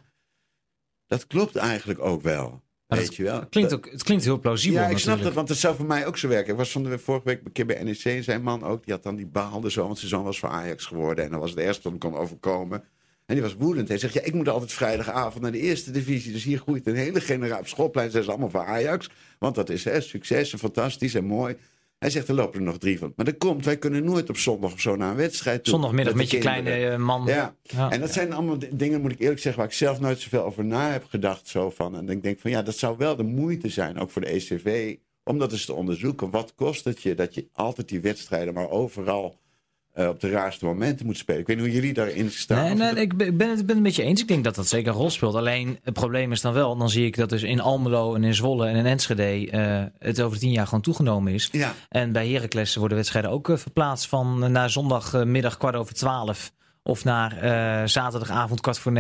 dat klopt eigenlijk ook wel. Weet je wel? Het klinkt heel plausibel. Ja, ik snap dat, want het zou voor mij ook zo werken. Ik was vorige week een keer bij NEC, zijn man ook, die had dan die baalde zo, want zijn zoon was voor Ajax geworden en dan was het ergste wat hem kon overkomen. En die was woedend. Hij zegt, ik moet altijd vrijdagavond naar de eerste divisie. Dus hier groeit een hele generatie. Op schoolplein zijn ze allemaal voor Ajax. Want dat is succes en fantastisch en mooi. Hij zegt, er lopen er nog 3 van. Maar dat komt, wij kunnen nooit op zondag of zo naar een wedstrijd toe. Zondagmiddag met je kleine man. Ja. En dat zijn allemaal dingen, moet ik eerlijk zeggen, waar ik zelf nooit zoveel over na heb gedacht. Zo van. En ik denk van, dat zou wel de moeite zijn, ook voor de ECV, om dat eens te onderzoeken. Wat kost het je dat je altijd die wedstrijden maar overal op de raarste momenten moet spelen? Ik weet niet hoe jullie daarin staan. Nee, ik ben het een beetje eens. Ik denk dat dat zeker een rol speelt. Alleen het probleem is dan wel, dan zie ik dat dus in Almelo en in Zwolle en in Enschede het over 10 jaar gewoon toegenomen is. Ja. En bij Heracles worden wedstrijden ook verplaatst van naar zondagmiddag 11:15 of naar zaterdagavond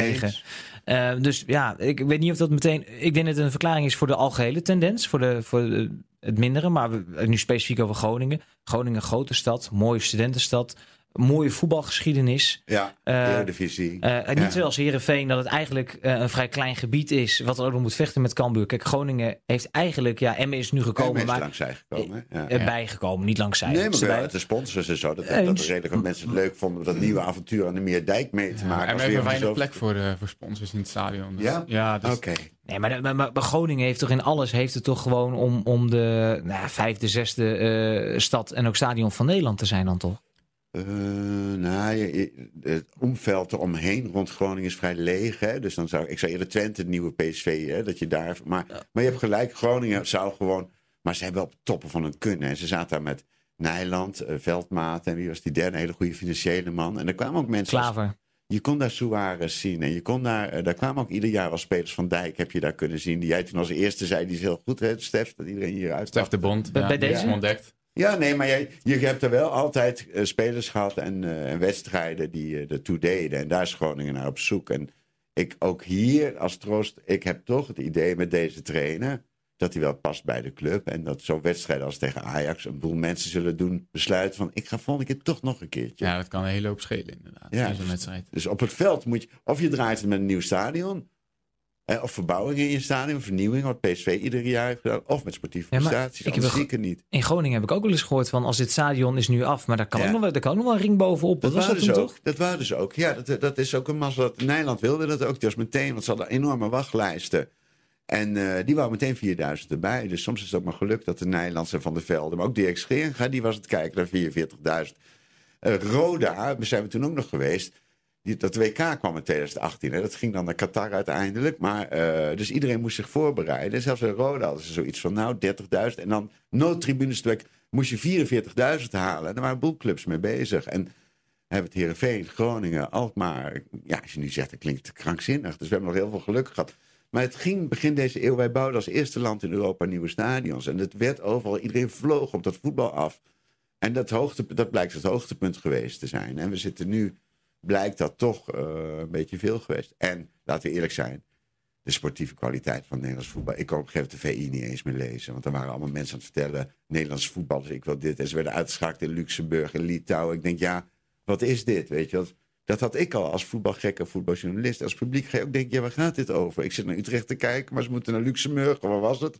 8:45. Dus ik weet niet of dat meteen. Ik denk dat het een verklaring is voor de algehele tendens, voor het mindere. Maar nu specifiek over Groningen. Groningen, grote stad, mooie studentenstad, mooie voetbalgeschiedenis. Ja, Eredivisie. Niet zoals Heerenveen, dat het eigenlijk een vrij klein gebied is, wat er ook nog moet vechten met Cambuur. Kijk, Groningen heeft eigenlijk, Emmen is nu gekomen. Emmen is langs zij gekomen. Erbij gekomen, niet langs zij. Nee, maar met de sponsors en zo. Dat is redelijk wat mensen het leuk vonden, dat nieuwe avontuur aan de Meerdijk mee te maken. En we hebben weinig plek voor sponsors in het stadion. Dus, dus oké. Nee, maar Groningen heeft toch in alles, heeft het toch gewoon om de 5e, 6e stad en ook stadion van Nederland te zijn dan toch? Het omveld eromheen rond Groningen is vrij leeg. Hè? Dus dan zou eerder Twente, het nieuwe PSV, hè, dat je daar. Maar je hebt gelijk, Groningen zou gewoon. Maar ze hebben op toppen van hun kunnen. En ze zaten daar met Nijland, Veldmaat en wie was die derde, hele goede financiële man. En er kwamen ook mensen. Klaver. Je kon daar Suarez zien. En je kon daar kwamen ook ieder jaar wel spelers van Dijk, heb je daar kunnen zien. Die jij toen als eerste zei, die is heel goed, hè, Stef, dat iedereen hier uit. Stef de Bond. Bij deze ontdekt. Ja, nee, maar je hebt er wel altijd spelers gehad en wedstrijden die ertoe deden. En daar is Groningen naar op zoek. En ik ook hier als troost, ik heb toch het idee met deze trainer dat hij wel past bij de club. En dat zo'n wedstrijd als tegen Ajax een boel mensen zullen besluiten van ik ga volgende keer toch nog een keertje. Ja, dat kan een hele hoop schelen inderdaad. Ja, zo'n wedstrijd. Dus op het veld moet je, of je draait het met een nieuw stadion. Of verbouwing in je stadion, vernieuwing, wat PSV ieder jaar heeft gedaan. Of met sportieve prestaties, anders zie ik het niet. In Groningen heb ik ook wel eens gehoord van als dit stadion is nu af, maar daar kan ook nog wel een ring bovenop. Dat was dat toch? Dat waren dus ook. Ja, dat is ook een mazzel. Nederland wilde dat ook. Die was meteen, want ze hadden enorme wachtlijsten. En die wou meteen 4000 erbij. Dus soms is het ook maar geluk dat de Nederlandse Van der Velde, maar ook Dirk Scheringa, die was het kijken naar 44.000. Roda, daar zijn we toen ook nog geweest. Dat WK kwam in 2018. Hè. Dat ging dan naar Qatar uiteindelijk. Maar, dus iedereen moest zich voorbereiden. Zelfs in Roda hadden ze zoiets van 30.000. En dan noodtribunes moest je 44.000 halen. En daar waren boelclubs mee bezig. En hebben het Heerenveen, Groningen, Alkmaar. Ja, als je nu zegt, dat klinkt krankzinnig. Dus we hebben nog heel veel geluk gehad. Maar het ging begin deze eeuw. Wij bouwden als eerste land in Europa nieuwe stadions. En het werd overal, iedereen vloog op dat voetbal af. En dat blijkt het hoogtepunt geweest te zijn. En we zitten nu, blijkt dat toch een beetje veel geweest. En, laten we eerlijk zijn, de sportieve kwaliteit van het Nederlands voetbal. Ik kon op een gegeven moment de VI niet eens meer lezen. Want er waren allemaal mensen aan het vertellen, Nederlandse voetballers, ik wil dit. En ze werden uitgeschakeld in Luxemburg en Litouwen. Ik denk, wat is dit? Weet je, dat had ik al als voetbalgekke voetbaljournalist. Als publiek ga je ook denken, waar gaat dit over? Ik zit naar Utrecht te kijken, maar ze moeten naar Luxemburg. Waar was het?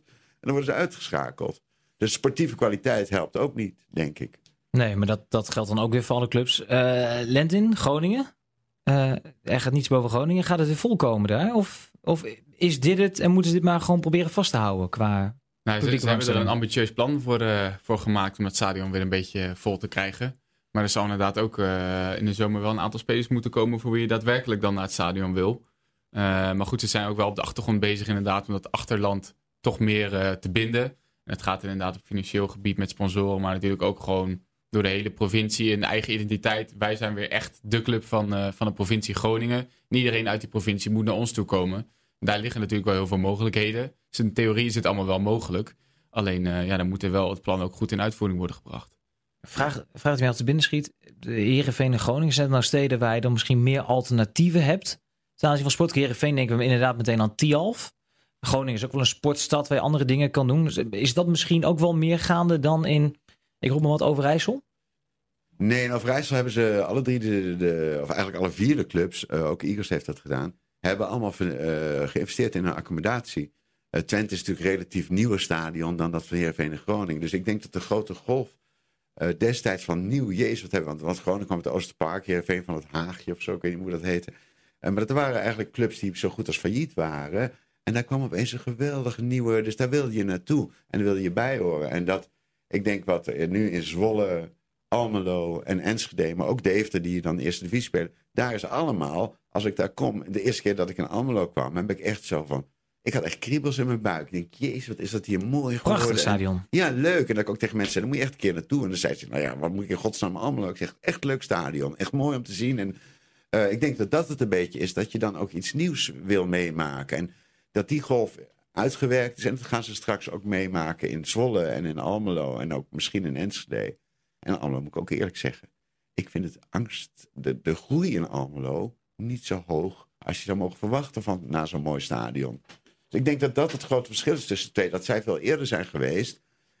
dan worden ze uitgeschakeld. Dus sportieve kwaliteit helpt ook niet, denk ik. Nee, maar dat geldt dan ook weer voor alle clubs. Lentin, Groningen. Er gaat niets boven Groningen. Gaat het weer volkomen daar? Of is dit het en moeten ze dit maar gewoon proberen vast te houden qua... Nou, ze hebben er een ambitieus plan voor gemaakt om het stadion weer een beetje vol te krijgen. Maar er zal inderdaad ook in de zomer wel een aantal spelers moeten komen voor wie je daadwerkelijk dan naar het stadion wil. Maar goed, ze zijn ook wel op de achtergrond bezig inderdaad om dat achterland toch meer te binden. En het gaat inderdaad op financieel gebied met sponsoren, maar natuurlijk ook gewoon door de hele provincie en de eigen identiteit. Wij zijn weer echt de club van de provincie Groningen. En iedereen uit die provincie moet naar ons toe komen. Daar liggen natuurlijk wel heel veel mogelijkheden. Dus in theorie is het allemaal wel mogelijk. Alleen, dan moet er wel het plan ook goed in uitvoering worden gebracht. Vraag het mij als te binnen schiet. Heerenveen en Groningen zijn nou steden waar je dan misschien meer alternatieven hebt. Ten aanzien van sport, Heerenveen denken we inderdaad meteen aan Tialf. Groningen is ook wel een sportstad waar je andere dingen kan doen. Dus is dat misschien ook wel meer gaande dan in, ik roep maar wat, Overijssel? Nee, in Overijssel hebben ze alle drie, of eigenlijk alle 4 de clubs, ook Eagles heeft dat gedaan, hebben allemaal geïnvesteerd in een accommodatie. Twente is natuurlijk een relatief nieuwer stadion dan dat van Heerenveen en Groningen. Dus ik denk dat de grote golf destijds van nieuw, jezus wat hebben we, want Groningen kwam met het Oosterpark, Heerenveen van het Haagje of zo, ik weet niet hoe dat heette. Maar dat waren eigenlijk clubs die zo goed als failliet waren. En daar kwam opeens een geweldige nieuwe, dus daar wilde je naartoe en daar wilde je bij horen. En dat, ik denk wat er nu in Zwolle, Almelo en Enschede, maar ook Deventer die dan de eerste divisie spelen, daar is allemaal, als ik daar kom, de eerste keer dat ik in Almelo kwam, dan ben ik echt zo van, ik had echt kriebels in mijn buik. Ik denk, jezus, wat is dat hier mooi geworden. Prachtig stadion. Ja, leuk. En dat ik ook tegen mensen zei, daar moet je echt een keer naartoe. En dan zei ze, nou ja, wat moet ik in godsnaam Almelo? Ik zeg, echt leuk stadion. Echt mooi om te zien. En ik denk dat dat het een beetje is, dat je dan ook iets nieuws wil meemaken. En dat die golf uitgewerkt is. En dat gaan ze straks ook meemaken in Zwolle en in Almelo. En ook misschien in Enschede. En Almelo moet ik ook eerlijk zeggen. Ik vind het angst, de groei in Almelo niet zo hoog als je zou mogen verwachten van na zo'n mooi stadion. Dus ik denk dat dat het grote verschil is tussen de twee. Dat zij veel eerder zijn geweest.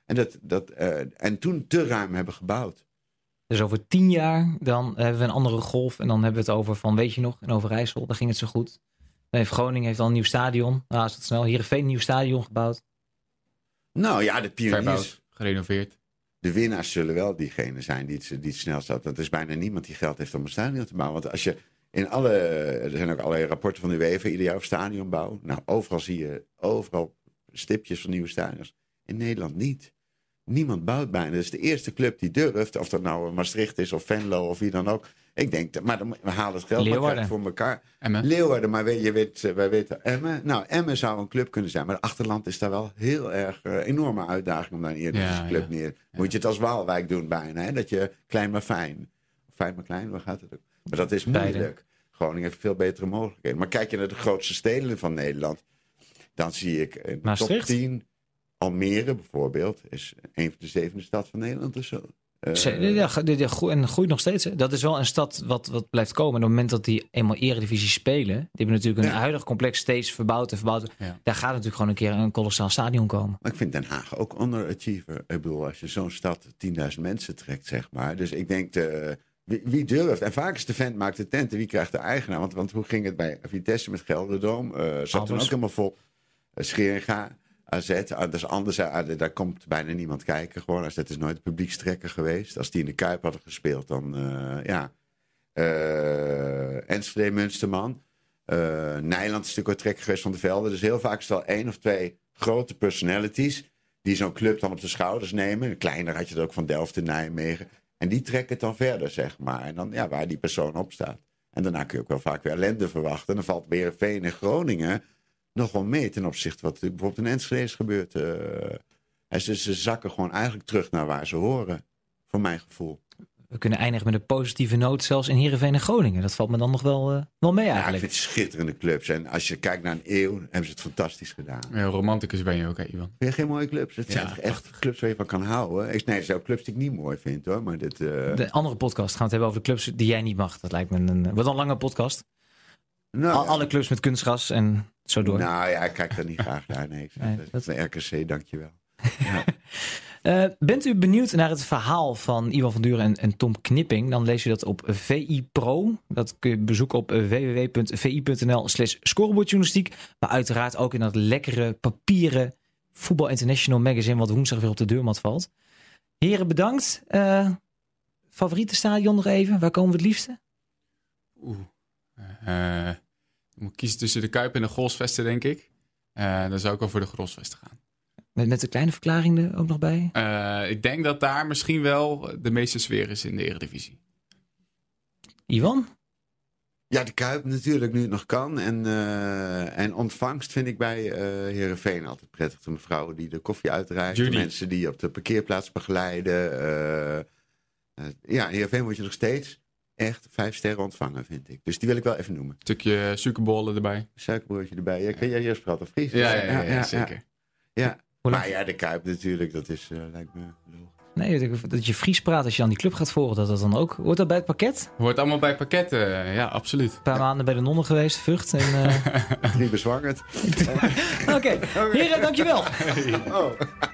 En toen te ruim hebben gebouwd. Dus over 10 jaar dan hebben we een andere golf. En dan hebben we het over van, weet je nog, in Overijssel, daar ging het zo goed. Dan heeft Groningen al een nieuw stadion. Nou, is dat snel. Heerenveen een nieuw stadion gebouwd. Nou ja, de pioniers. Verbouwd, gerenoveerd. De winnaars zullen wel diegenen zijn die het snelst had. Want er is bijna niemand die geld heeft om een stadion te bouwen. Want als je er zijn ook allerlei rapporten van de UEFA ieder jaar over stadionbouw. Nou, overal zie je stipjes van nieuwe stadions. In Nederland niet. Niemand bouwt bijna. Dat is de eerste club die durft. Of dat nou Maastricht is of Venlo of wie dan ook. Ik denk, maar we halen het geld maar voor elkaar. Emmen. Leeuwarden, maar wij weten Emmen. Nou, Emmen zou een club kunnen zijn. Maar de achterland is daar wel heel erg enorme uitdaging om daar een eerste club neer. Moet je het als Waalwijk doen bijna. Hè? Dat je klein maar fijn. Fijn maar klein, waar gaat het ook? Maar dat is moeilijk. Beide. Groningen heeft veel betere mogelijkheden. Maar kijk je naar de grootste steden van Nederland, dan zie ik in de top 10 Almere bijvoorbeeld is een van de 7e stad van Nederland of zo. En groeit nog steeds. Hè? Dat is wel een stad wat blijft komen. En op het moment dat die eenmaal eredivisie spelen, die hebben natuurlijk een huidig complex steeds verbouwd. Ja. Daar gaat natuurlijk gewoon een keer een kolossaal stadion komen. Maar ik vind Den Haag ook underachiever. Ik bedoel, als je zo'n stad 10.000 mensen trekt, zeg maar. Dus ik denk, wie durft? En vaak is de vent maakt de tent en wie krijgt de eigenaar? Want hoe ging het bij Vitesse met Gelderdoom? Zat toen ook helemaal vol. Scheringa, AZ, dat is anders. Daar komt bijna niemand kijken. Gewoon, AZ is nooit publiekstrekker geweest. Als die in de Kuip hadden gespeeld, dan Enschede, Munsterman. Nijland is natuurlijk ook trekker geweest van de velden. Dus heel vaak is het wel 1 of 2 grote personalities die zo'n club dan op de schouders nemen. Een kleiner had je het ook van Delft en Nijmegen. En die trekken het dan verder, zeg maar. En dan waar die persoon op staat. En daarna kun je ook wel vaak weer ellende verwachten. En dan valt Heerenveen en Groningen nog wel mee ten opzichte wat bijvoorbeeld in Enschede is gebeurd. Ze zakken gewoon eigenlijk terug naar waar ze horen. Voor mijn gevoel. We kunnen eindigen met een positieve noot, zelfs in Heerenveen en Groningen. Dat valt me dan nog wel mee eigenlijk. Ja, ik vind het schitterende clubs. En als je kijkt naar een eeuw, hebben ze het fantastisch gedaan. Ja, romanticus ben je ook, hè, Ivan? Vind je geen mooie clubs? Het zijn toch echt clubs waar je van kan houden? Nee, het zijn ook clubs die ik niet mooi vind, hoor. Maar De andere podcast gaan we het hebben over de clubs die jij niet mag. Dat lijkt me wat een lange podcast. Nou, alle clubs met kunstgras en zo door. Nou ja, ik kijk daar niet graag naar. Nee, de RKC, dankjewel. Ja. Bent u benieuwd naar het verhaal van Iwan van Duren en Tom Knipping? Dan lees je dat op VI Pro. Dat kun je bezoeken op www.vi.nl/scorebordjournalistiek. Maar uiteraard ook in dat lekkere papieren Voetbal International Magazine, wat woensdag weer op de deurmat valt. Heren, bedankt. Favoriete stadion nog even? Waar komen we het liefste? Ik moet kiezen tussen de Kuip en de Grolsvesten, denk ik. Dan zou ik wel voor de Grolsvesten gaan. Met de kleine verklaring er ook nog bij? Ik denk dat daar misschien wel de meeste sfeer is in de Eredivisie. Ivan? Ja, de Kuip natuurlijk, nu het nog kan. En ontvangst vind ik bij Heerenveen altijd prettig. De mevrouwen die de koffie uitreikt. De mensen die op de parkeerplaats begeleiden. Heerenveen wordt je nog steeds echt 5 sterren ontvangen, vind ik. Dus die wil ik wel even noemen. Een stukje suikerbollen erbij. Suikerbroodje erbij. Ja, ken jij eerst praten of Fries? Ja, zeker. Ja. Maar ja, de Kuip natuurlijk, dat is, lijkt me logisch. Nee, dat je Fries praat als je aan die club gaat volgen, dat dan ook... Hoort dat bij het pakket? Hoort allemaal bij het pakket, ja, absoluut. Een paar maanden bij de nonnen geweest, Vught. En, 3 bezwangerd. Oké. Heren, dankjewel. Oh.